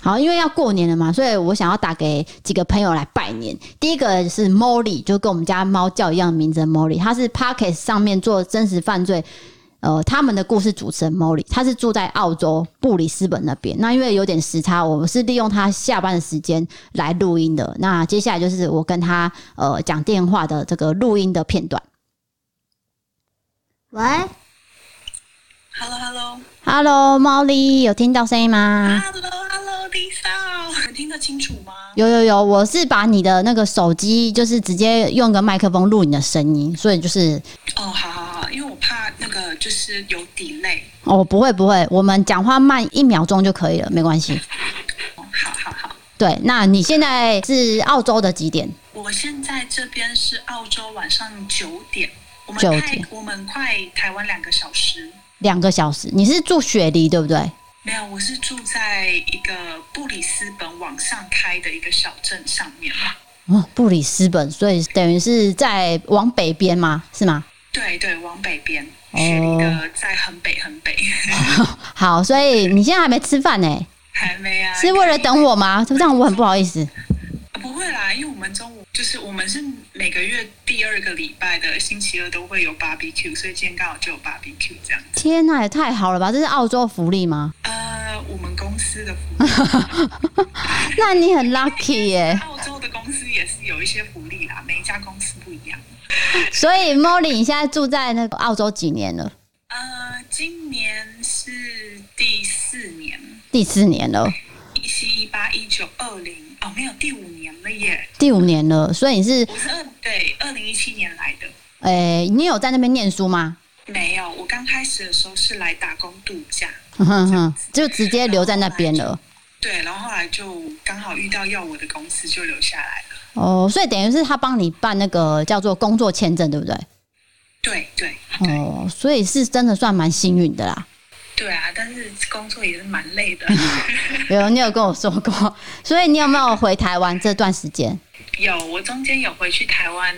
好，因为要过年了嘛，所以我想要打给几个朋友来拜年。第一个是 Molly， 就跟我们家猫叫一样的名字的 Molly， 他是 Podcast 上面做真实犯罪他们的故事主持人 Molly， 他是住在澳洲布里斯本那边。那因为有点时差，我是利用他下班的时间来录音的。那接下来就是我跟他讲电话的这个录音的片段。喂 ，Hello， Molly， 有听到声音吗 ？Hello， Lisa， 听得清楚吗？ 有，我是把你的那个手机，就是直接用个麦克风录你的声音，所以就是好，因为我怕那个就是有 delay。 不会，我们讲话慢1秒钟就可以了，没关系。 好。 对，那你现在是澳洲的几点？ 我现在这边是澳洲晚上9点。我们快台湾2个小时。 2个小时，你是住雪梨对不对？ 没有，我是住在一个布里斯本往上开的一个小镇上面。 布里斯本，所以等于是在往北边吗？是吗？ 对，往北边，雪梨的在很北。 好，所以你现在还没吃饭呢？ 还没啊？ 是为了等我吗？这样我很不好意思。 不会啦，因为我们中午就是我们是每个月第2个礼拜的星期二都会有 barbecue， 所以今天刚好就有 barbecue 这样子。 天哪，也太好了吧！这是澳洲福利吗？ 我们公司的福利。 那你很 lucky 耶。 澳洲的公司也是有一些福利啦，每一家公司不一样。 所以 Molly， 你现在住在那个澳洲几年了？ 今年是第4年。 第4年了。 17、18、19、20。没有，第5年了耶！ 第5年了，所以我是 2017年来的。 你有在那边念书吗？ 没有，我刚开始的时候是来打工度假， 就直接留在那边了。 对，然后后来就刚好遇到要我的公司，就留下来了。 所以等于是他帮你办那个叫做工作签证，对不对？ 对。 所以是真的算蛮幸运的啦。 对啊，但是工作也是蛮累的。 你有跟我说过，所以你有没有回台湾这段时间？ 有，我中间有回去台湾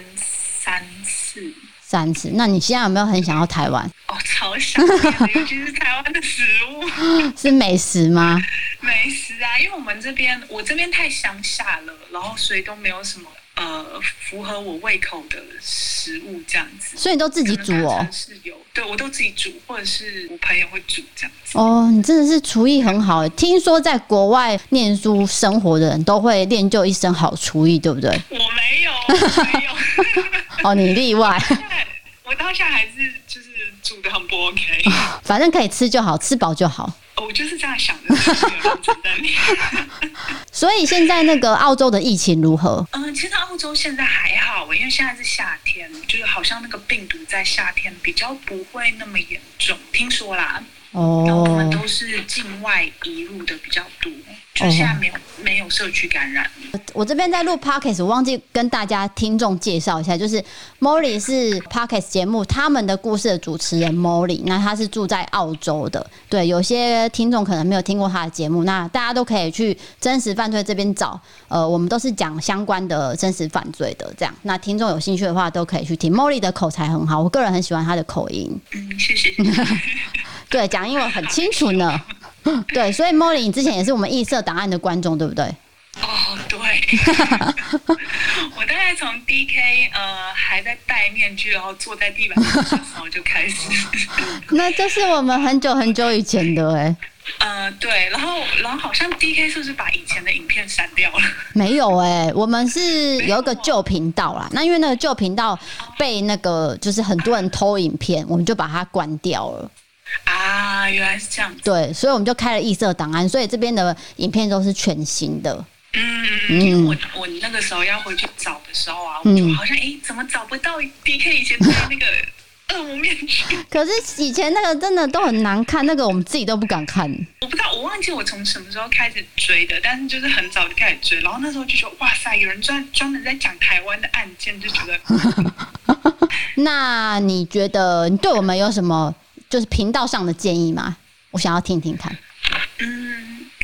3次。 那你现在有没有很想要台湾？ 超想念的，尤其是台湾的食物。 是美食吗？ 美食啊，因为我这边太乡下了，然后所以都没有什么符合我胃口的食物这样子。 所以你都自己煮哦？ 对，我都自己煮，或者是我朋友会煮这样子。 你真的是厨艺很好。听说在国外念书生活的人都会练就一身好厨艺，对不对？ 我没有。 你例外。 我到现在还是就是煮得很不 OK。 反正可以吃就好，吃饱就好。 我就是这样想的，没有承担力。 所以现在那个澳洲的疫情如何？ 其实澳洲现在还好，因为现在是夏天，就是好像那个病毒在夏天比较不会那么严重，听说啦。然后我们都是境外移入的比较多，就现在没有社区感染。 我这边在录 Podcast， 我忘记跟大家听众介绍一下，就是 Molly 是 Podcast 节目他们的故事的主持人 Molly， 那他是住在澳洲的。对，有些听众可能没有听过他的节目，那大家都可以去真实犯罪这边找。我们都是讲相关的真实犯罪的，这样。那听众有兴趣的话，都可以去听。Molly 的口才很好，我个人很喜欢他的口音。 谢谢。 对，讲英文很清楚呢。对，所以 Molly 你之前也是我们异色档案的观众，对不对？ 对。我大概从 DK 还在戴面具，然后坐在地板上的时候就开始。 那这是我们很久很久以前的对，然后好像 DK 是不是把以前的影片删掉了？ 没有我们是有一个旧频道啦。那因为那个旧频道被那个就是很多人偷影片，我们就把它关掉了。 原来是这样子。 对，所以我们就开了异色档案，所以这边的影片都是全新的。 因为我那个时候要回去找的时候啊，我就好像怎么找不到 DK 以前戴那个恶魔面具？ 可是以前那个真的都很难看，那个我们自己都不敢看。 我不知道，我忘记我从什么时候开始追的，但是就是很早就开始追，然后那时候就说哇塞，有人专门在讲台湾的案件，就觉得。 那你觉得你对我们有什么就是频道上的建议吗？我想要听听看。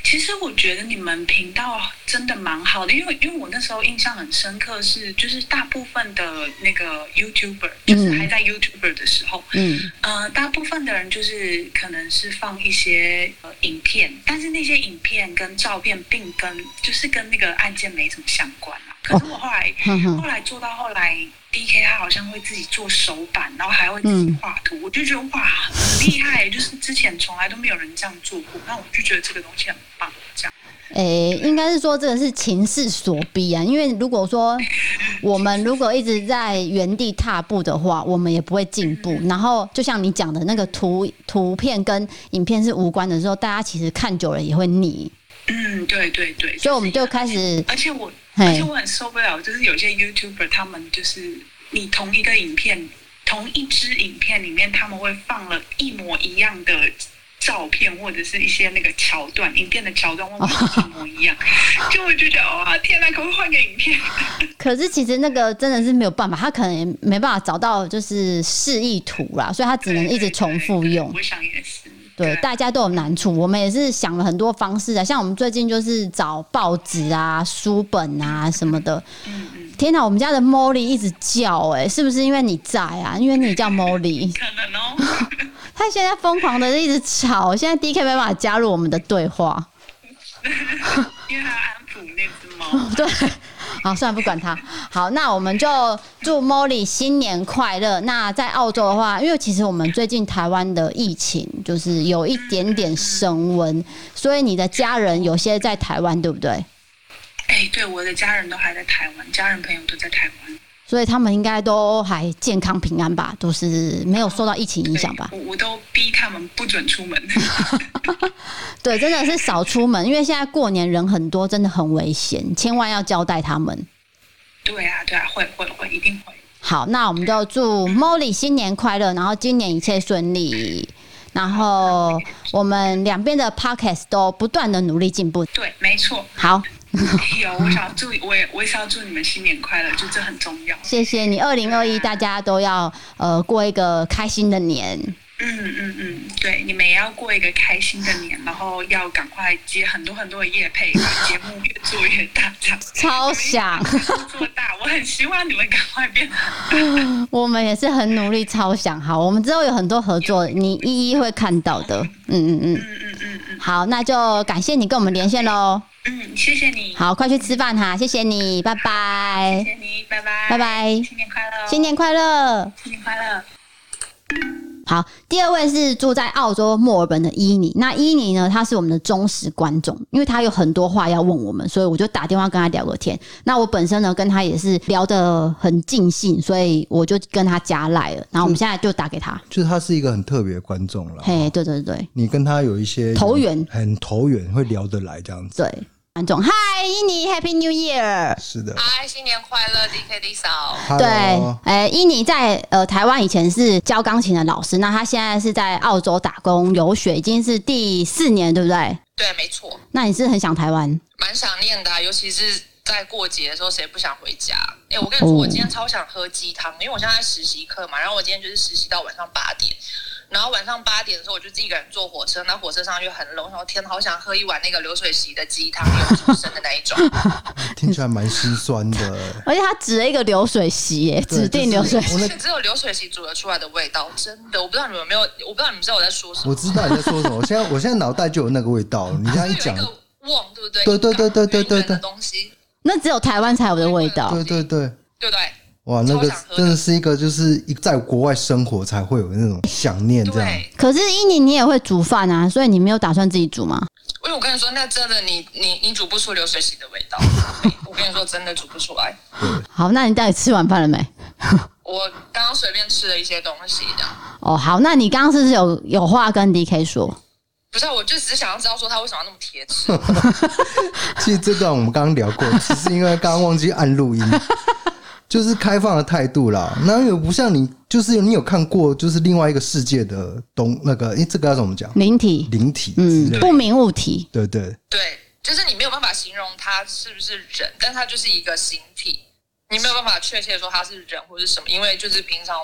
其实我觉得你们频道真的蛮好的，因为我那时候印象很深刻是，就是大部分的那个 YouTuber， 就是还在 YouTuber 的时候，大部分的人就是可能是放一些影片，但是那些影片跟照片并跟那个案件没什么相关啦。可是我后来做到后来。DK 他好像会自己做手板，然后还会自己画图，我就觉得哇很厉害，就是之前从来都没有人这样做过，那我就觉得这个东西很棒。这样， 应该是说这个是情势所逼啊，因为如果说我们如果一直在原地踏步的话，我们也不会进步。然后就像你讲的那个图片跟影片是无关的时候，大家其实看久了也会腻。 对， 所以我们就开始， 而且我很受不了，就是有些 YouTuber 他们就是你同一个影片、同一支影片里面，他们会放了一模一样的照片或者是一些那个桥段，影片的桥段或者一模一样，就我就觉得哇天哪，可不可以换个影片？ 可是其实那个真的是没有办法，他可能也没办法找到就是示意图啦，所以他只能一直重复用。 我想也是。 对，大家都有难处，我们也是想了很多方式啊，像我们最近就是找报纸啊、书本啊什么的。天哪，我们家的 Molly 一直叫，是不是因为你在啊？因为你叫 Molly， 可能哦。 他现在疯狂的一直吵，现在 DK 没办法加入我们的对话， 因为他安抚那只猫。 对。好，算了，不管他。好，那我们就祝 Molly 新年快乐。那在澳洲的话，因为其实我们最近台湾的疫情就是有一点点升温，所以你的家人有些在台湾，对不对？ 对，我的家人都还在台湾，家人朋友都在台湾， 所以他们应该都还健康平安吧，都是没有受到疫情影响吧？ 我都逼他们不准出门。 对，真的是少出门，因为现在过年人很多，真的很危险，千万要交代他们。 对啊，会，一定会。 好，那我们就祝 Molly 新年快乐，然后今年一切顺利，然后我们两边的 podcast 都不断的努力进步。 对，没错。 好。 我想祝我也是要祝你们新年快乐，就这很重要。谢谢你，2021大家都要过一个开心的年。 对，你们也要过一个开心的年，然后要赶快接很多的业配，把节目越做越大，这样。 超想做大，我很希望你们赶快变大。 我们也是很努力，超想。好，我们之后有很多合作，你一一会看到的。好，那就感谢你跟我们连线喽。 谢谢你。 好，快去吃饭哈，谢谢你，拜拜。 谢谢你，拜拜。 拜拜。 新年快乐。 新年快乐。 新年快乐。 好，第二位是住在澳洲墨尔本的伊妮。那伊妮呢，她是我们的忠实观众，因为她有很多话要问我们，所以我就打电话跟她聊个天。那我本身呢，跟她也是聊得很尽兴，所以我就跟她加赖了。然后我们现在就打给她， 就是她是一个很特别的观众了。 嘿，对， 你跟她有一些投缘， 很投缘，会聊得来这样子。 对。观众，嗨，伊妮 ，Happy New Year！ 是的， 嗨，新年快乐 ，DK 嫂。 对，伊妮在台湾以前是教钢琴的老师，那她现在是在澳洲打工游学，已经是第4年，对不对？ 对，没错。 那你是很想台湾？ 蛮想念的尤其是在过节的时候，谁不想回家？我跟你说，我今天超想喝鸡汤，因为我现在在实习课嘛，然后我今天就是实习到晚上8点。然后晚上8点的时候，我就自己一个人坐火车，那火车上又很冷，我说天，好想喝一碗那个流水席的鸡汤，有出生的那一种。 听起来蛮心酸的， 而且他指了一个流水席，指定流水席， 只有流水席煮得出来的味道，真的，我不知道你们有没有，我不知道你们知道我在说什么。 我知道你在说什么，我现在脑袋就有那个味道，你这样一讲， 有一个瓮，对不对？对的东西， 那只有台湾才有的味道， 对， 对不对？ 哇，那个真的是一个，就是在国外生活才会有那种想念这样。 可是伊妮，你也会煮饭啊，所以你没有打算自己煮吗？ 因为我跟你说，那真的你煮不出流水席的味道。我跟你说，真的煮不出来。 好，那你到底吃完饭了没？ 我刚刚随便吃了一些东西这样。 哦，好，那你刚刚是不是有话跟 DK 说？ 不是，我就只是想要知道说他为什么要那么贴齿。 其实这段我们刚刚聊过，只是因为刚刚忘记按录音。就是开放的态度啦，那又不像你，就是你有看过，就是另外一个世界的那个，这个要怎么讲？ 灵体，不明物体， 对， 就是你没有办法形容它是不是人，但它就是一个形体，你没有办法确切说它是人或是什么，因为就是平常我们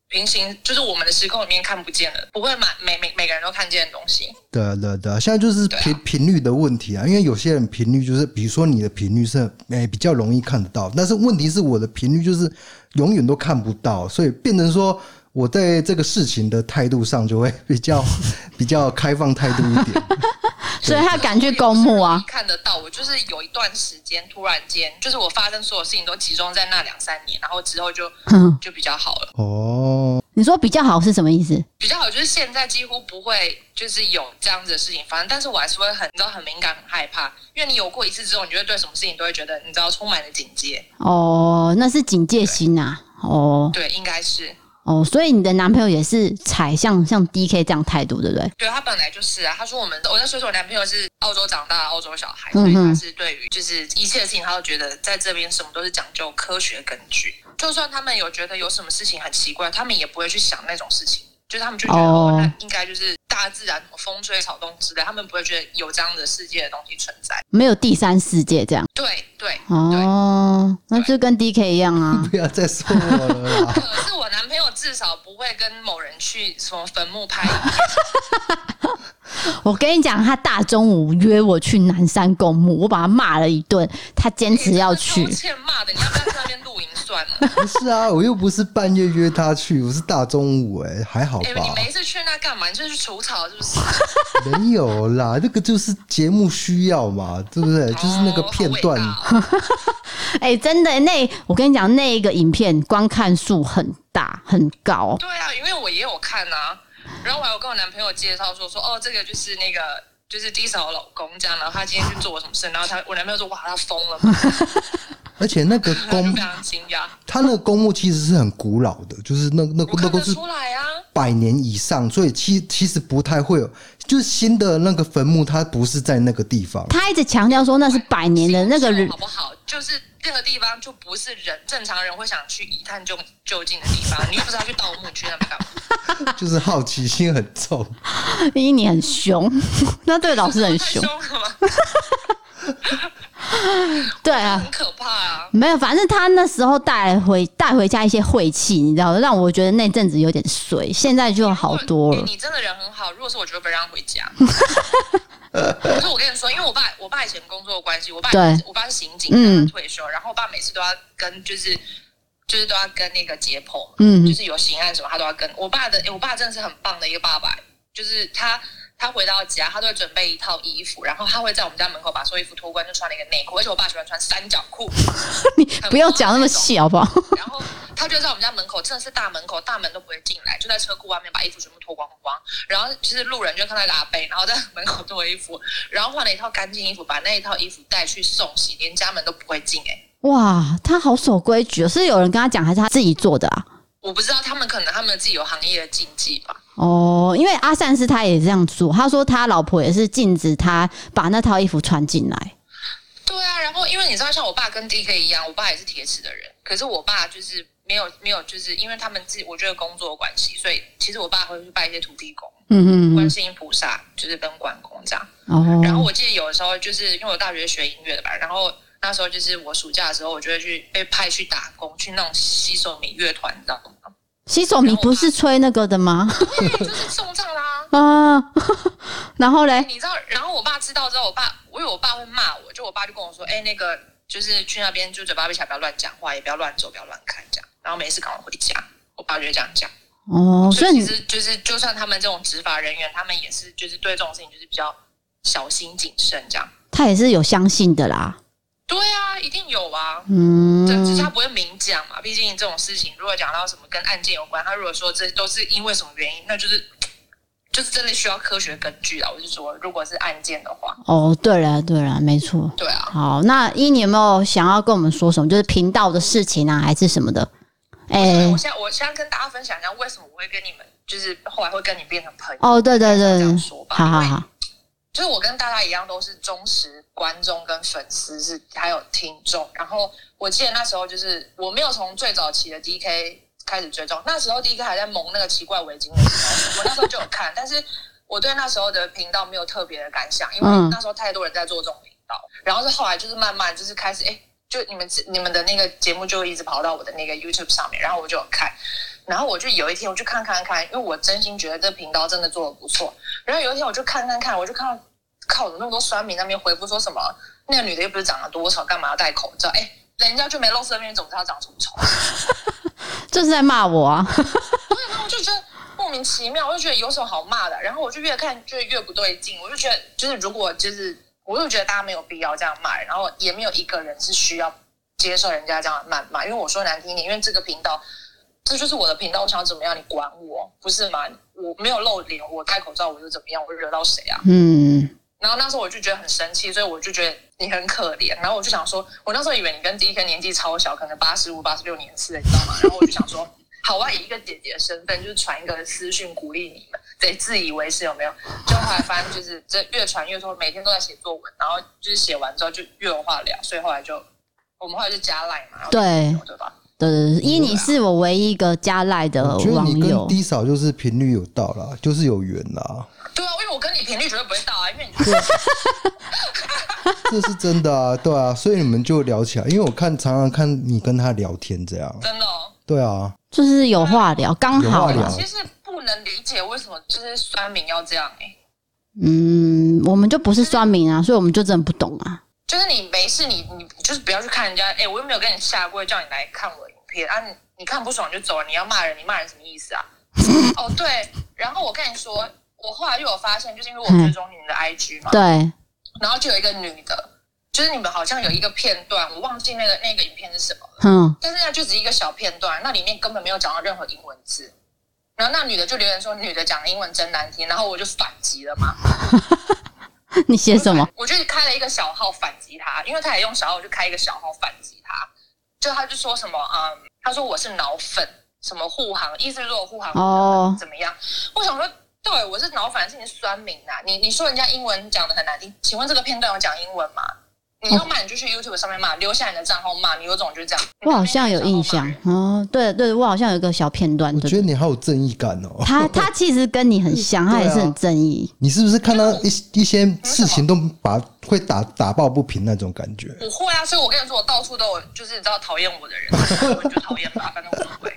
平行，就是我们的时空里面看不见的，不会每个人都看见的东西。 对，现在就是频率的问题啊，因为有些人频率就是，比如说你的频率是比较容易看得到，但是问题是我的频率就是永远都看不到，所以变成说我在这个事情的态度上就会比较开放态度一点。 所以他敢去公墓啊， 看得到。我就是有一段时间突然间，就是我发生所有事情都集中在那2-3年，然后之后就比较好了。 哦， 你说比较好是什么意思？ 比较好就是现在几乎不会就是有这样子的事情发生，但是我还是会你知道很敏感很害怕，因为你有过一次之后，你就会对什么事情都会觉得你知道充满了警戒。 哦，那是警戒心啊。哦， 对，应该是。 哦，所以你的男朋友也是采像 DK 这样态度，对不对？ 对，他本来就是啊。他说我在说我男朋友是澳洲长大的澳洲小孩，所以他是对于就是一切的事情，他都觉得在这边什么都是讲究科学根据。就算他们有觉得有什么事情很奇怪，他们也不会去想那种事情，就是他们就觉得那应该就是大自然什么风吹草动之类，他们不会觉得有这样的世界的东西存在， 没有第三世界这样。 对。 哦，那就跟 DK 一样啊。 不要再说我了啦。 可是我男朋友至少不会跟某人去什么坟墓拍影片。 我跟你讲，他大中午约我去南山公墓，我把他骂了一顿，他坚持要去。 超欠骂的，你要不要在那边露营算了？ 不是啊，我又不是半夜约他去，我是大中午还好吧？ 你每一次去那干嘛？你就是去除草是不是？ 没有啦，那个就是节目需要嘛，对不对？就是那个片段。 真的我跟你讲，那一个影片观看数很大很高。 对啊，因为我也有看啊，然后我还有跟我男朋友介绍说这个就是那个就是低嫂的老公这样，然后他今天去做我什么事，然后我男朋友说哇他疯了吗？ 而且那个公非常惊讶， 他那个公墓其实是很古老的，就是那个是100年以上，所以其实不太会有，就是新的那个坟墓，它不是在那个地方。 他一直强调说那是100年的那个人， 好不好？就是那个地方就不是正常人会想去一探究竟的地方，你又不是要去盗墓，去那边干嘛？ 就是好奇心很重。 你很凶，那对老师很凶。对啊， 很可怕啊！ 没有，反正他那时候带回家一些晦气，你知道，让我觉得那阵子有点衰，现在就好多了。 你真的人很好，如果是我就会被让回家。可是我跟你说，因为我爸以前工作的关系，我爸是刑警，他退休，然后我爸每次都要跟就是都要跟那个解剖，就是有刑案什么他都要跟。我爸真的是很棒的一个爸爸，就是他回到家，他都会准备一套衣服，然后他会在我们家门口把所有衣服脱光，就穿了一个内裤，而且我爸喜欢穿3角裤。 你不要讲那么细好不好？ 然后他就在我们家门口，真的是大门口，大门都不会进来，就在车库外面把衣服全部脱光，然后就是路人就看到一个阿伯，然后在门口脱衣服，然后换了一套干净衣服，把那一套衣服带去送洗，连家门都不会进。 哇，他好守规矩哦！是有人跟他讲，还是他自己做的啊？ 我不知道，他们自己有行业的禁忌吧。 哦，因为阿善师他也这样做，他说他老婆也是禁止他把那套衣服穿进来。 对啊，然后因为你知道，像我爸跟 DK 一样，我爸也是铁齿的人，可是我爸就是没有，就是因为他们自己我觉得工作的关系，所以其实我爸会去拜一些土地公，观世音菩萨，就是跟关公这样。哦。然后我记得有的时候就是因为我大学是学音乐的吧，然后那时候就是我暑假的时候，我就会被派去打工，去那种西手米乐团，你知道吗？ 西手米不是吹那个的吗？ 对，就是送葬啦。 啊，然后嘞， 你知道，然后我爸知道之后，因为我爸会骂我，就我爸就跟我说，那个就是去那边就嘴巴闭起来，不要乱讲话，也不要乱走，不要乱看，这样，然后没事赶快回家。我爸就这样讲。哦，所以其实就是就算他们这种执法人员，他们也是就是对这种事情就是比较小心谨慎这样。 他也是有相信的啦。 对啊，一定有啊，只是他不会明讲嘛。毕竟这种事情，如果讲到什么跟案件有关，他如果说这都是因为什么原因，那就是真的需要科学根据啦。我是说，如果是案件的话。 哦，对了，没错。 对啊。 好，那你有没有想要跟我们说什么？就是频道的事情啊，还是什么的？ 我现在跟大家分享一下，为什么我会跟你们，就是后来会跟你变成朋友。 哦，对，这样说吧。 好。 就是我跟大家一样都是忠实观众跟粉丝，还有听众。然后我记得那时候就是我没有从最早期的 DK 开始追踪，那时候 DK 还在蒙那个奇怪围巾的时候，我那时候就有看，但是我对那时候的频道没有特别的感想，因为那时候太多人在做这种频道。然后是后来就是慢慢就是开始就你们的那个节目就一直跑到我的那个 YouTube 上面，然后我就有看。 然后我就有一天我就看，因为我真心觉得这频道真的做得不错。然后有一天我就看，我就看到靠，有那么多酸民那边回复说什么那个女的又不是长得多丑，干嘛要戴口罩？人家就没露色面，怎么知道她长什么丑？ 就是在骂我啊！ 对，然后我就觉得莫名其妙，我就觉得有什么好骂的。然后我就越看就越不对劲，我就觉得就是如果就是我就觉得大家没有必要这样骂人，然后也没有一个人是需要接受人家这样的谩骂。因为我说难听一点，因为这个频道这就是我的频道，我想怎么样你管我不是吗？我没有露脸，我戴口罩我就怎么样？我惹到谁啊？然后那时候我就觉得很生气，所以我就觉得你很可怜。然后我就想说，我那时候以为你跟DK年纪超小，可能85、86年次的，你知道吗？然后我就想说，好，我要以一个姐姐的身份，就是传一个私讯鼓励你们，得自以为是有没有？就后来发现就是这越传越多，每天都在写作文，然后就是写完之后就越有话聊，所以后来就我们后来就加 LINE 嘛， 对吧？ 对，依你是我唯一一个加 LINE 的网友。 我觉得你跟 D 嫂就是频率有到啦，就是有缘啦。 对啊，因为我跟你频率绝对不会到啊，因为你这是真的啊，对啊，所以你们就聊起来。因为我常常看你跟他聊天这样， 真的哦。 对啊， 就是有话聊，刚好啦。 其实不能理解为什么就是酸民要这样我们就不是酸民啊，所以我们就真的不懂啊。 就是你没事，你就是不要去看人家，我又没有跟你下跪叫你来看我的影片啊，你看不爽就走了，你要骂人，你骂人什么意思啊？哦对，然后我跟你说。我后来又有发现，就是因为我追踪你们的 IG 嘛， 对， 然后就有一个女的，就是你们好像有一个片段，我忘记那个影片是什么了，但是那就只是一个小片段，那里面根本没有讲到任何英文字，然后那女的就留言说女的讲的英文真难听，然后我就反击了嘛。 你写什么？ 我就开了一个小号反击他，因为他也用小号，我就开一个小号反击他，他就说什么他说我是脑粉，什么护航，意思是说我护航怎么样？我想说。对，我是脑粉，是你酸民啊！你说人家英文讲的很难听，请问这个片段有讲英文吗？你要骂你就去 YouTube 上面骂，留下你的账号骂，你有种就是这样。 我好像有印象哦，对，我好像有一个小片段。 我觉得你好有正义感哦。 他其实跟你很像，他也是很正义。 你是不是看到一些事情都会打抱不平那种感觉？ 我会啊，所以我跟你说，我到处都有，就是你知道讨厌我的人，我就讨厌吧，反正无所谓。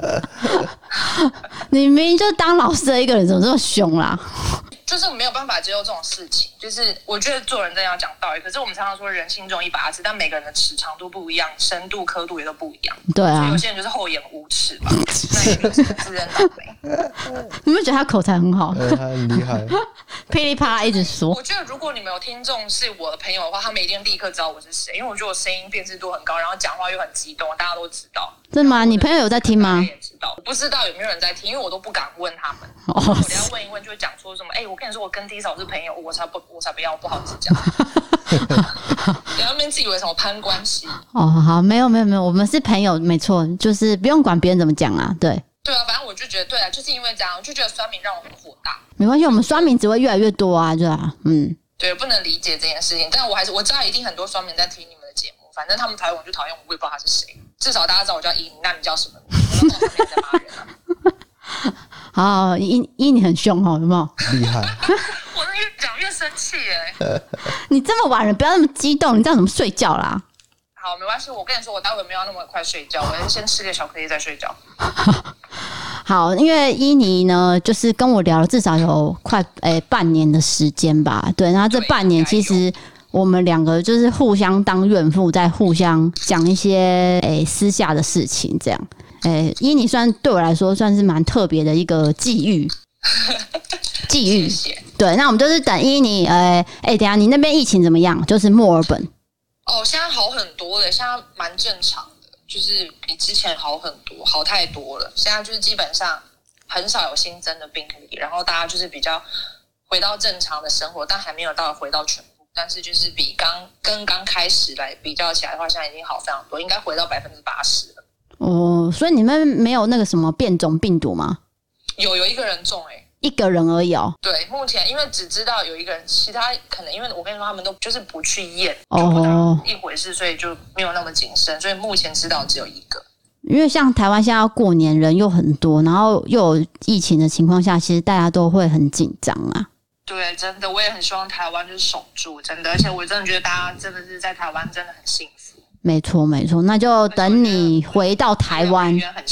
你明明就当老师的一个人，怎么这么凶啦？ 就是没有办法接受这种事情，就是我觉得做人真的要讲道理。可是我们常常说人心中一把尺，但每个人的尺长度不一样，深度刻度也都不一样。对啊，所以有些人就是厚颜无耻吧，那也就是自认倒霉。 你们觉得他口才很好？ 他很厉害， 噼里啪啦一直说。 我觉得如果你们有听众是我的朋友的话，他们一定立刻知道我是谁，因为我觉得我声音辨识度很高，然后讲话又很激动，大家都知道。 真的吗？你朋友有在听吗？ 也知道，我不知道有没有人在听，因为我都不敢问他们。我等下问一问就会讲出什么？我跟你说，我跟 D 嫂是朋友，我才不要，不好意思讲。你那边自以为什么攀关系？ 好，没有，我们是朋友，没错，就是不用管别人怎么讲啊，对。 对啊，反正我就觉得，对啊，就是因为这样，我就觉得酸民让我很火大。 没关系，我们酸民只会越来越多啊，对啊， 对，不能理解这件事情，但我知道一定很多酸民在听你们的节目，反正他们讨厌我就讨厌我，我也不知道他是谁。至少大家知道我叫依你，那你叫什么名字？我在骂人啊。 好，依你很凶哦，有没有？ 厉害！ 我越讲越生气你这么晚了，不要那么激动，你这样怎么睡觉啦？ 好，没关系，我跟你说，我待会没有那么快睡觉，我先吃个巧克力再睡觉。 好，因为依妮呢，就是跟我聊了至少有快半年的时间吧，对，然后这半年其实我们两个就是互相当怨妇，在互相讲一些私下的事情，这样。依妮算对我来说算是蛮特别的一个际遇， 谢谢。 对，那我们就是等依妮，等一下你那边疫情怎么样？就是墨尔本。 现在好很多了，现在蛮正常的，就是比之前好很多，好太多了。现在就是基本上很少有新增的病例，然后大家就是比较回到正常的生活，但还没有到回到全部。但是就是比刚开始来比较起来的话，现在已经好非常多，应该回到80%了。 所以你们没有那个什么变种病毒吗？ 有一个人中一个人而已哦。 对，目前因为只知道有一个人，其他可能因为我跟你说他们都就是不去验一回事，所以就没有那么谨慎，所以目前知道只有一个。 因为像台湾现在要过年人又很多，然后又有疫情的情况下，其实大家都会很紧张啊。 对，真的，我也很希望台湾就是守住，真的，而且我真的觉得大家真的是在台湾真的很幸福。 没错，那就等你回到台湾。 很辛苦，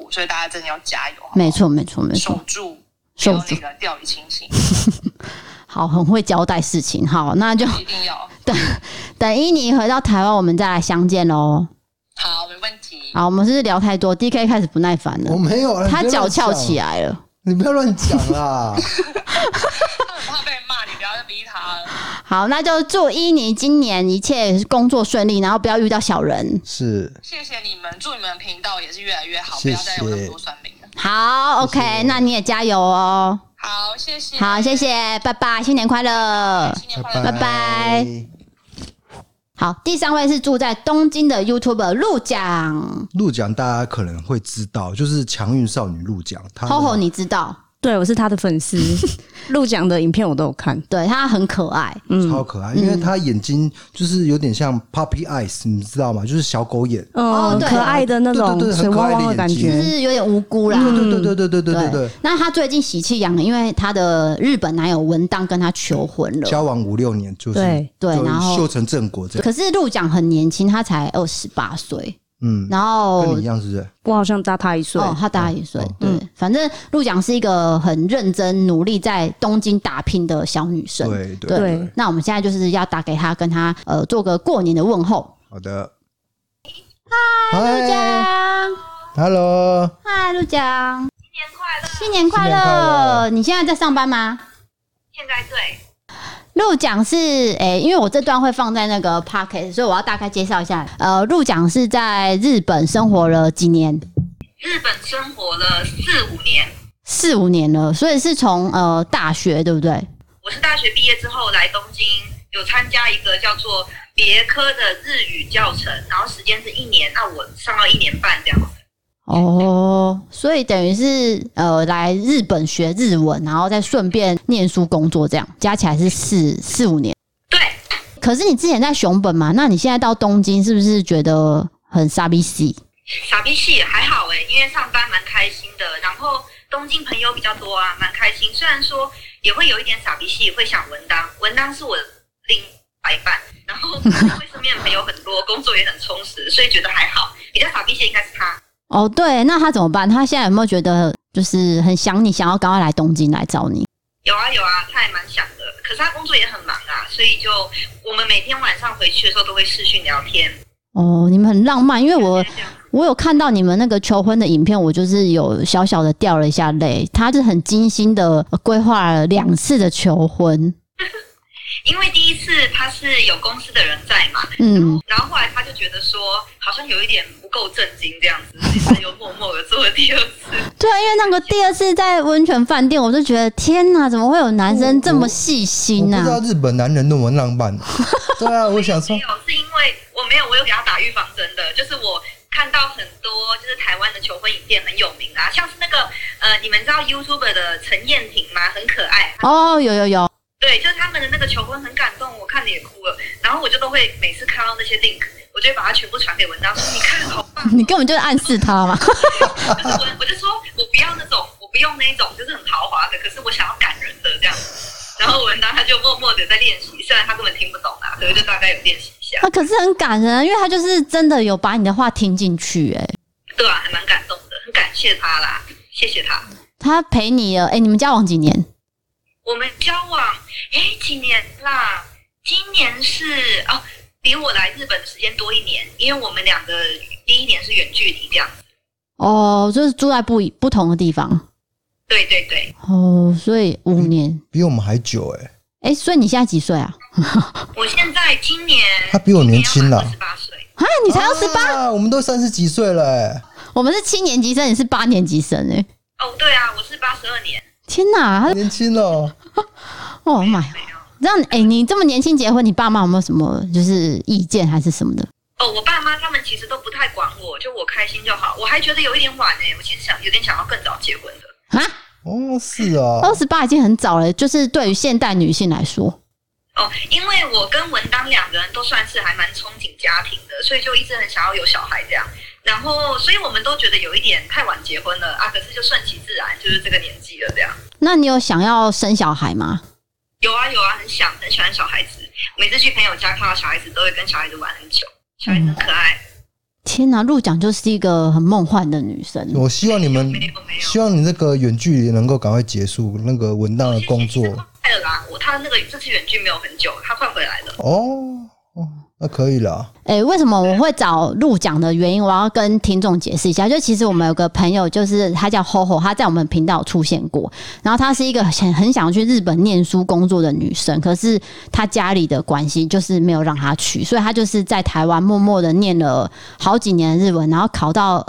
苦，所以大家真的要加油。 没错，没错，没错， 守住，不要那个掉以轻心。 好，很会交代事情。好，那就一定要等伊妮回到台湾，我们再来相见喽。 好，没问题。 好，我们是不是聊太多 ？DK 开始不耐烦了。 我没有， 他脚翘起来了。 你不要乱讲啦！ 他很怕被骂，你不要逼他了。 好，那就祝伊妮今年一切工作顺利，然后不要遇到小人。 是， 谢谢你们，祝你们频道也是越来越好， 谢谢， 不要再有那么多酸民了。 好 ，OK， 那你也加油哦。 好，谢谢。 好，谢谢，拜拜，新年快乐， 新年快乐， 拜拜。好，第3位是住在东京的 YouTuber 陆奖。 陆奖大家可能会知道，就是强运少女陆奖。 Hoho 你知道？ 对，我是他的粉丝，陆奖的影片我都有看， 对他很可爱， 超可爱，因为他眼睛就是有点像 puppy eyes， 你知道吗？就是小狗眼， 很可爱的那种水汪汪的感觉， 就是有点无辜啦。 对。 那他最近喜气洋洋，因为他的日本男友文当跟他求婚了， 交往5-6年，就是对，然后修成正果这样。 可是陆奖很年轻，他才28岁。然后跟你一样是不是？ 我好像大他1岁。 他大1岁。对，反正陆奖是一个很认真努力在东京打拼的小女生。 对。 那我们现在就是要打给她，跟她做个过年的问候。 好的。 嗨，陆奖。 Hello。 嗨，陆奖。 新年快乐！ 新年快乐！你现在在上班吗？ 现在对。 陆奖是因为我这段会放在那个 podcast， 所以我要大概介绍一下。陆奖是在日本生活了几年？ 日本生活了4-5年 ，4-5年了，所以是从大学对不对？ 我是大学毕业之后来东京，有参加一个叫做别科的日语教程，然后时间是1年，那我上到1年半这样子。 所以等于是来日本学日文，然后再顺便念书工作，这样加起来是4-5年。 对。 可是你之前在熊本嘛，那你现在到东京是不是觉得很傻逼戏？ 傻逼戏还好因为上班蛮开心的，然后东京朋友比较多啊，蛮开心。虽然说也会有一点傻逼戏，会想文当是我的另一半，然后因为身边的朋友很多，工作也很充实，所以觉得还好。比较傻逼戏应该是他。 对，那他怎么办？他现在有没有觉得就是很想你，想要赶快来东京来找你？ 有啊，他也蛮想的。可是他工作也很忙啊，所以就我们每天晚上回去的时候都会视讯聊天。 你们很浪漫，因为我有看到你们那个求婚的影片，我就是有小小的掉了一下泪。他是很精心的规划了2次的求婚。 因为第一次他是有公司的人在嘛，然后后来他就觉得说好像有一点不够震惊这样子，所以又默默的做了第2次。 对啊，因为那个第2次在温泉饭店，我就觉得天哪，怎么会有男生这么细心啊？ 我不知道日本男人那么浪漫。对啊，我想说没有，是因为我有给他打预防针的，就是我看到很多就是台湾的求婚影片很有名啊，像是那个你们知道 YouTuber 的陈燕婷吗？很可爱。 有。 对，就是他们的那个求婚很感动，我看了也哭了。然后我就都会每次看到那些 link， 我就会把它全部传给文章，说你看好棒。 你根本就是暗示他嘛。 就是我就说我不要那种，我不用那种就是很豪华的，可是我想要感人的这样。然后文章他就默默的在练习，虽然他根本听不懂啊，可是就大概有练习一下。 可是很感人，因为他就是真的有把你的话听进去， 对啊，还蛮感动的，很感谢他啦，谢谢他。 他陪你了，你们交往几年？ 我们交往几年啦？今年是比我来日本的时间多1年，因为我们2个第1年是远距离这样子。 就是住在不同的地方。 对对对。 所以5年， 比我们还久所以你现在几岁啊？ 我现在今年他比我年轻啦，28 岁啊！你才28？ 我们都30几岁了我们是7年级生，你是8年级生对啊，我是82年。 天哪， 年轻哦 ！Oh my，这样你这么年轻结婚，你爸妈有没有什么就是意见还是什么的？ 我爸妈他们其实都不太管我，就我开心就好。我还觉得有一点晚我其实有点想要更早结婚的。 是啊 ，28已经很早了，就是对于现代女性来说。 因为我跟文当2个人都算是还蛮憧憬家庭的，所以就一直很想要有小孩这样。然后，所以我们都觉得有一点太晚结婚了可是就顺其自然，就是这个年纪了这样。 那你有想要生小孩吗？ 有啊，很喜欢小孩子。每次去朋友家看到小孩子，都会跟小孩子玩很久。小孩子很可爱。 天哪，陆讲就是一个很梦幻的女生。 我希望你们，希望你这个远距离能够赶快结束那个文档的工作。 快了啦，他那个这次远距没有很久，他快回来了。 那可以啦。 为什么我会找陆讲的原因，我要跟听众解释一下。就其实我们有个朋友，就是他叫 HoHo， 他在我们频道有出现过。然后她是一个很想去日本念书工作的女生，可是她家里的关系就是没有让她去，所以她就是在台湾默默的念了好几年的日文，然后考到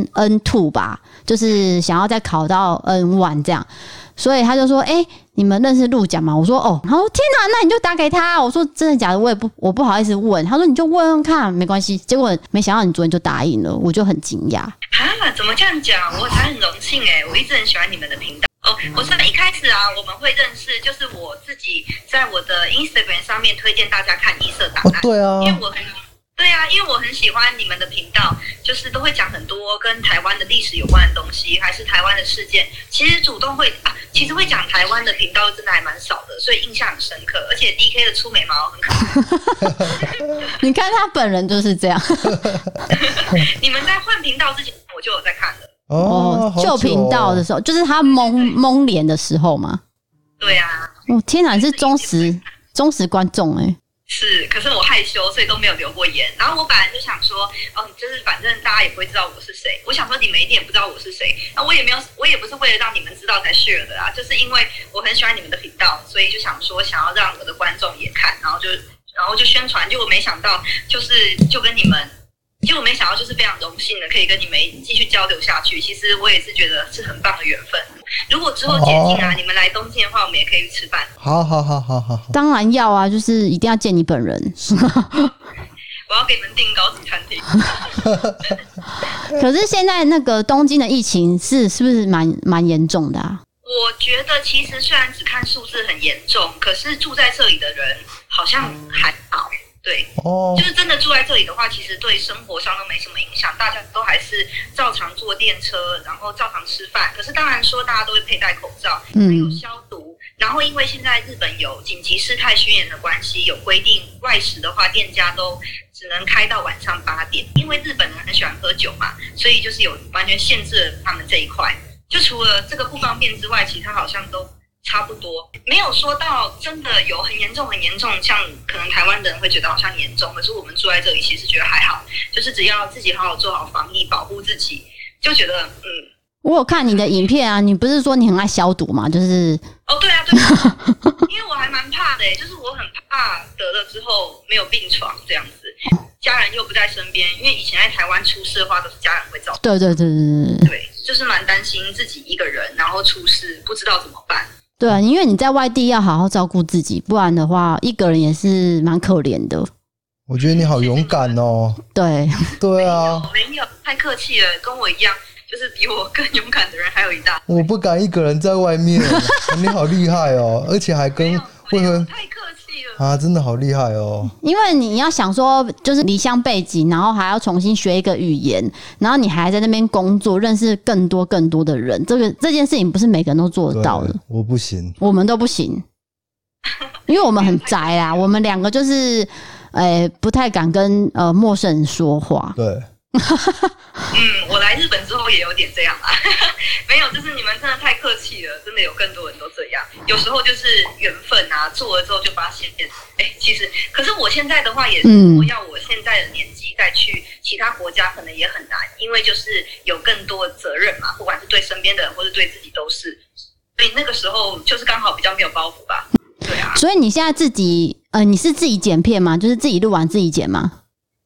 N2 吧，就是想要再考到 N1 这样。所以他就说：“你们认识陆讲吗？”我说：“哦。”他说：“天哪，那你就打给他。”我说：“真的假的？我不好意思问。”他说：“你就问问看，没关系。”结果没想到你昨天就答应了，我就很惊讶。 怎么这样讲？我才很荣幸我一直很喜欢你们的频道。我说一开始我们会认识，就是我自己在我的 Instagram 上面推荐大家看异色档案。 对啊， 因为我很喜欢你们的频道，就是都会讲很多跟台湾的历史有关的东西，还是台湾的事件。其实其实会讲台湾的频道真的还蛮少的，所以印象很深刻。而且 DK 的出眉毛很可爱。 你看他本人就是这样。 你们在换频道之前，我就有在看了。 旧频道的时候，就是他蒙脸的时候嘛。 对啊。 天哪，你是忠实观众是，可是我害羞，所以都没有留过言。然后我本来就想说，就是反正大家也不会知道我是谁。我想说你们一定也不知道我是谁。我也不是为了让你们知道才 share 的啦，就是因为我很喜欢你们的频道，所以就想说想要让我的观众也看，然后就宣传。结果没想到就跟你们。结果没想到，就是非常荣幸的可以跟你们继续交流下去。其实我也是觉得是很棒的缘分。如果之后解禁你们来东京的话，我们也可以去吃饭。 好， 当然要啊，就是一定要见你本人。 我要给你们订高级餐厅。 可是现在那个东京的疫情是不是蛮严重的啊？ 我觉得其实虽然只看数字很严重，可是住在这里的人好像还好。对，就是真的住在这里的话，其实对生活上都没什么影响，大家都还是照常坐电车，然后照常吃饭。可是当然说大家都会佩戴口罩，还有消毒。然后因为现在日本有紧急事态宣言的关系，有规定外食的话，店家都只能开到晚上8点。因为日本人很喜欢喝酒嘛，所以就是有完全限制了他们这一块。就除了这个不方便之外，其他好像都差不多，没有说到真的有很严重，像可能台湾的人会觉得好像严重，可是我们住在这里其实觉得还好，就是只要自己好好做好防疫，保护自己，就觉得我有看你的影片啊，你不是说你很爱消毒吗？就是对啊，因为我还蛮怕的就是我很怕得了之后没有病床这样子，家人又不在身边，因为以前在台湾出事的话都是家人会照顾。 对， 就是蛮担心自己一个人，然后出事不知道怎么办。 对啊，因为你在外地要好好照顾自己，不然的话一个人也是蛮可怜的。 我觉得你好勇敢哦。 对啊，没有太客气了，跟我一样，就是比我更勇敢的人还有一大。 我不敢一个人在外面。你好厉害哦，而且还跟会很太客气了啊，真的好厉害哦。 因为你要想说，就是离乡背景，然后还要重新学一个语言，然后你还在那边工作，认识更多的人，这件事情不是每个人都做得到的。 我不行， 我们都不行，因为我们很宅啦。我们两个就是不太敢跟陌生人说话。 对。 我来日本之后也有点这样啦。没有，就是你们真的太客气了，真的有更多人都这样。有时候就是缘分啊，做了之后就发现，其实，可是我现在的话也是，要我现在的年纪再去其他国家，可能也很难，因为就是有更多的责任嘛，不管是对身边的人或是对自己都是。所以那个时候就是刚好比较没有包袱吧。对啊。 所以你现在自己你是自己剪片吗？就是自己录完自己剪吗？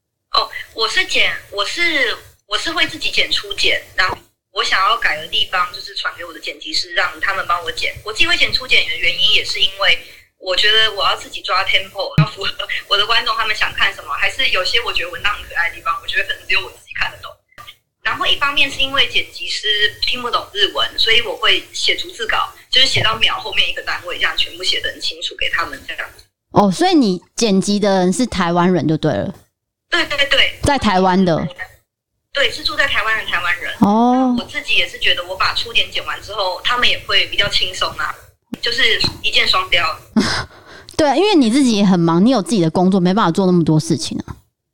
我是会自己剪初剪，然后我想要改的地方就是传给我的剪辑师，让他们帮我剪。我自己会剪初剪的原因也是因为我觉得我要自己抓 tempo， 要符合我的观众他们想看什么，还是有些我觉得文档很可爱的地方，我觉得可能只有我自己看得懂。然后一方面是因为剪辑师听不懂日文，所以我会写逐字稿，就是写到秒后面一个单位，这样全部写得很清楚给他们这样子。 所以你剪辑的人是台湾人就对了。 对， 在台湾的。 对，是住在台湾人。我自己也是觉得我把初剪剪完之后，他们也会比较轻松啊，就是一箭双雕。 对，因为你自己也很忙，你有自己的工作，没办法做那么多事情啊。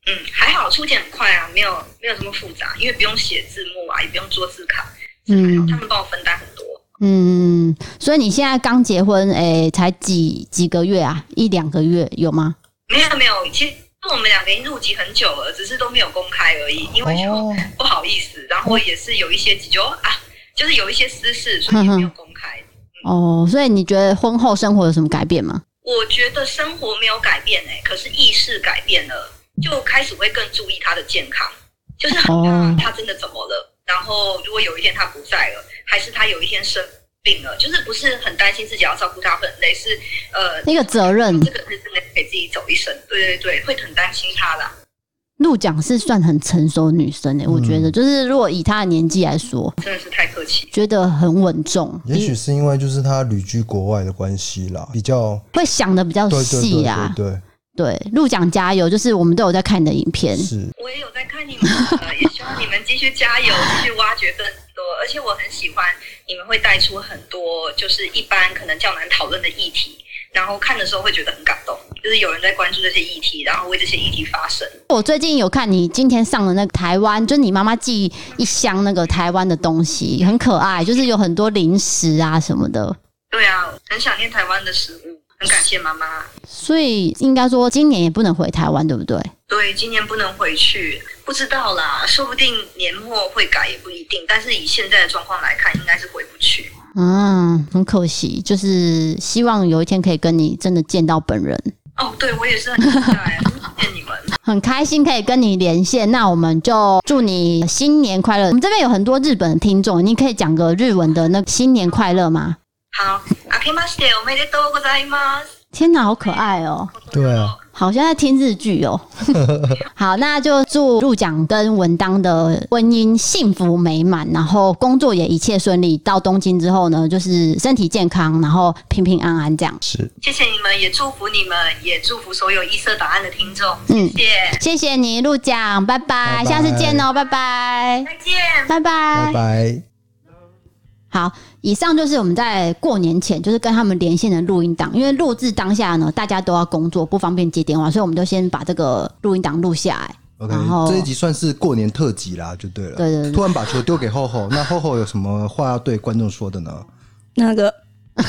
还好初剪很快啊，没有这么复杂，因为不用写字幕啊，也不用做字卡，他们帮我分担很多。 所以你现在刚结婚，才几个月啊？1-2个月有吗？没有，其实我们2个已经入籍很久了，只是都没有公开而已，因为就不好意思，然后也是有一些就是有一些私事，所以也没有公开。 所以你觉得婚后生活有什么改变吗？ 我觉得生活没有改变可是意识改变了，就开始会更注意他的健康，就是很怕他真的怎么了，然后如果有一天他不在了，还是他有一天生病了，就是不是很担心自己要照顾他会很累，是那个责任， 这个是真的给自己走一生，对，会很担心他啦。 陆讲是算很成熟的女生我觉得就是如果以她的年纪来说， 真的是太客气， 觉得很稳重。 也许是因为就是她旅居国外的关系啦，比较会想的比较细啊。对，陆讲加油！就是我们都有在看你的影片， 是我也有在看你们也希望你们继续加油，继续挖掘更多。而且我很喜欢你们会带出很多就是一般可能较难讨论的议题，然后看的时候会觉得很感动，就是有人在关注这些议题，然后为这些议题发声。我最近有看你今天上的那个台湾，就是你妈妈寄一箱那个台湾的东西，很可爱，就是有很多零食啊什么的。 对啊，很想念台湾的食物，很感谢妈妈。 所以应该说今年也不能回台湾，对不对？ 对，今年不能回去，不知道啦，说不定年末会改也不一定，但是以现在的状况来看，应该是回不去。很可惜，就是希望有一天可以跟你真的见到本人。 对，我也是很期待，谢谢你们， 很开心可以跟你连线。那我们就祝你新年快乐。我们这边有很多日本的听众，你可以讲个日文的那个新年快乐吗？ 好，明けましておめでとうございます。 天哪，好可爱哦！ 对啊， 好像在听日剧哦。好，那就祝陆讲跟文当的婚姻幸福美满，然后工作也一切顺利。到东京之后呢，就是身体健康，然后平平安安这样。 是， 谢谢你们，也祝福你们，也祝福所有异色档案的听众。谢谢你陆讲，拜拜，下次见哦，拜拜， 再见， 拜拜， 拜拜。 好，以上就是我们在过年前就是跟他们连线的录音档，因为录制当下呢，大家都要工作，不方便接电话，所以我们就先把这个录音档录下来。 OK， 这一集算是过年特辑啦，就对了。 对， 突然把球丢给厚厚，那厚厚有什么话要对观众说的呢？ 那个， 这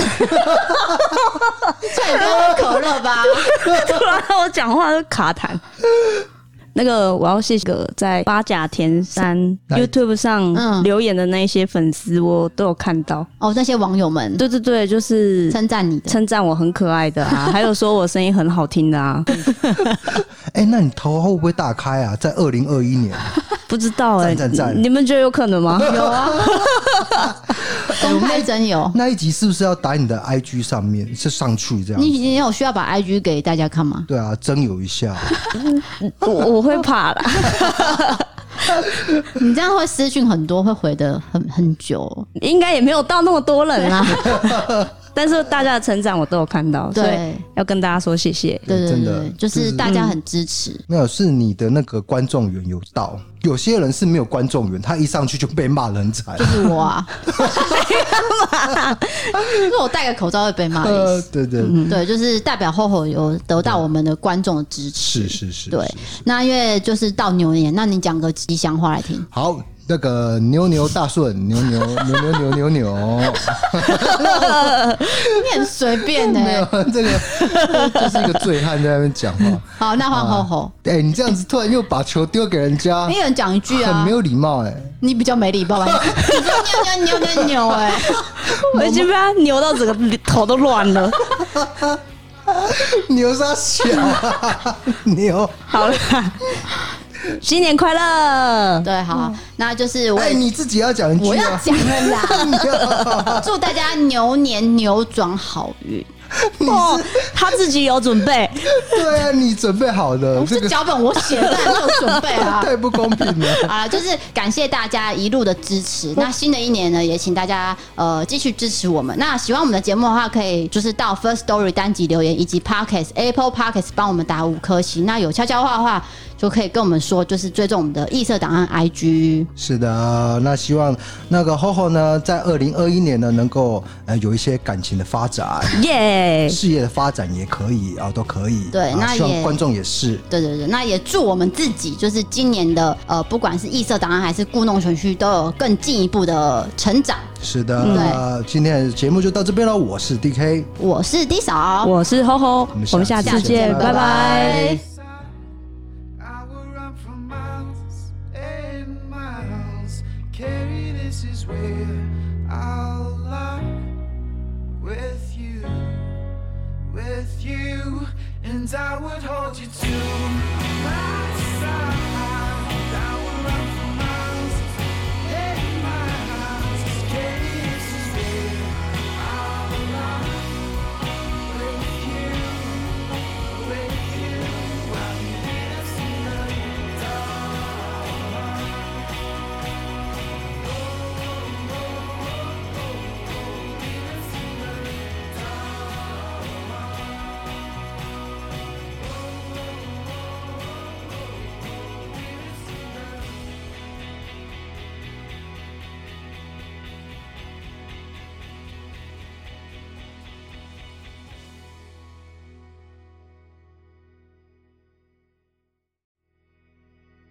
也不要喝可乐吧？ 突然我讲话就卡痰。那个我要谢谢在八甲田山 YouTube 上留言的那些粉丝，我都有看到那些网友们， 对，就是称赞你的， 称赞我很可爱的啊，还有说我声音很好听的啊。 那你头会不会大开啊？在2021年， 不知道赞， 你们觉得有可能吗？ 有啊，公开真有。 那一集是不是要打你的 IG 上面是上去这样？ 你有需要把 IG 给大家看吗？ 对啊，征友一下。 我会怕啦。 你这样会私讯很多，会回得很久， 应该也没有到那么多人啦。但是大家的成长我都有看到，所以要跟大家说谢谢。 对， 真的就是大家很支持。 没有，是你的那个观众缘有到，有些人是没有观众缘，他一上去就被骂得很惨。 就是我啊，因为我戴个口罩会被骂的意思。对，就是代表厚厚有得到我们的观众的支持。 是。 对，那因为就是到牛年，那你讲个吉祥话来听。 好。那个牛牛大顺，牛，你很随便没有这个就是一个醉汉在那边讲话。 好，那换厚厚。 你这样子突然又把球丢给人家， 你有人讲一句啊， 很没有礼貌你比较没礼貌吧？扭我已经被他扭到整个头都乱了。 牛啥小啊？牛好了。新年快乐！ 对，好，那就是你自己要讲一句， 我要讲了啦。祝大家牛年扭转好运。 他自己有准备。 对啊，你准备好的， 这脚本我写的，没有准备啊， 太不公平了。 啊，就是感谢大家一路的支持。那新的一年呢，也请大家继续支持我们。那喜欢我们的节目的话，可以就是到 First Story 单集留言，以及 Podcast Apple Podcast 帮我们打5颗星。那有悄悄话的话， 就可以跟我们说，就是追踪我们的异色档案 IG。 是的，那希望那个 HoHo 呢，在2021年呢，能够有一些感情的发展， 耶， 事业的发展也可以啊，都可以。 对，那希望观众也是。 对对对，那也祝我们自己，就是今年的不管是异色档案还是故弄玄虚，都有更进一步的成长。 是的，今天的节目就到这边了。我是 DK， 我是 D 嫂， 我是 HoHo， 我们下次见，拜拜。 And I would hold you too.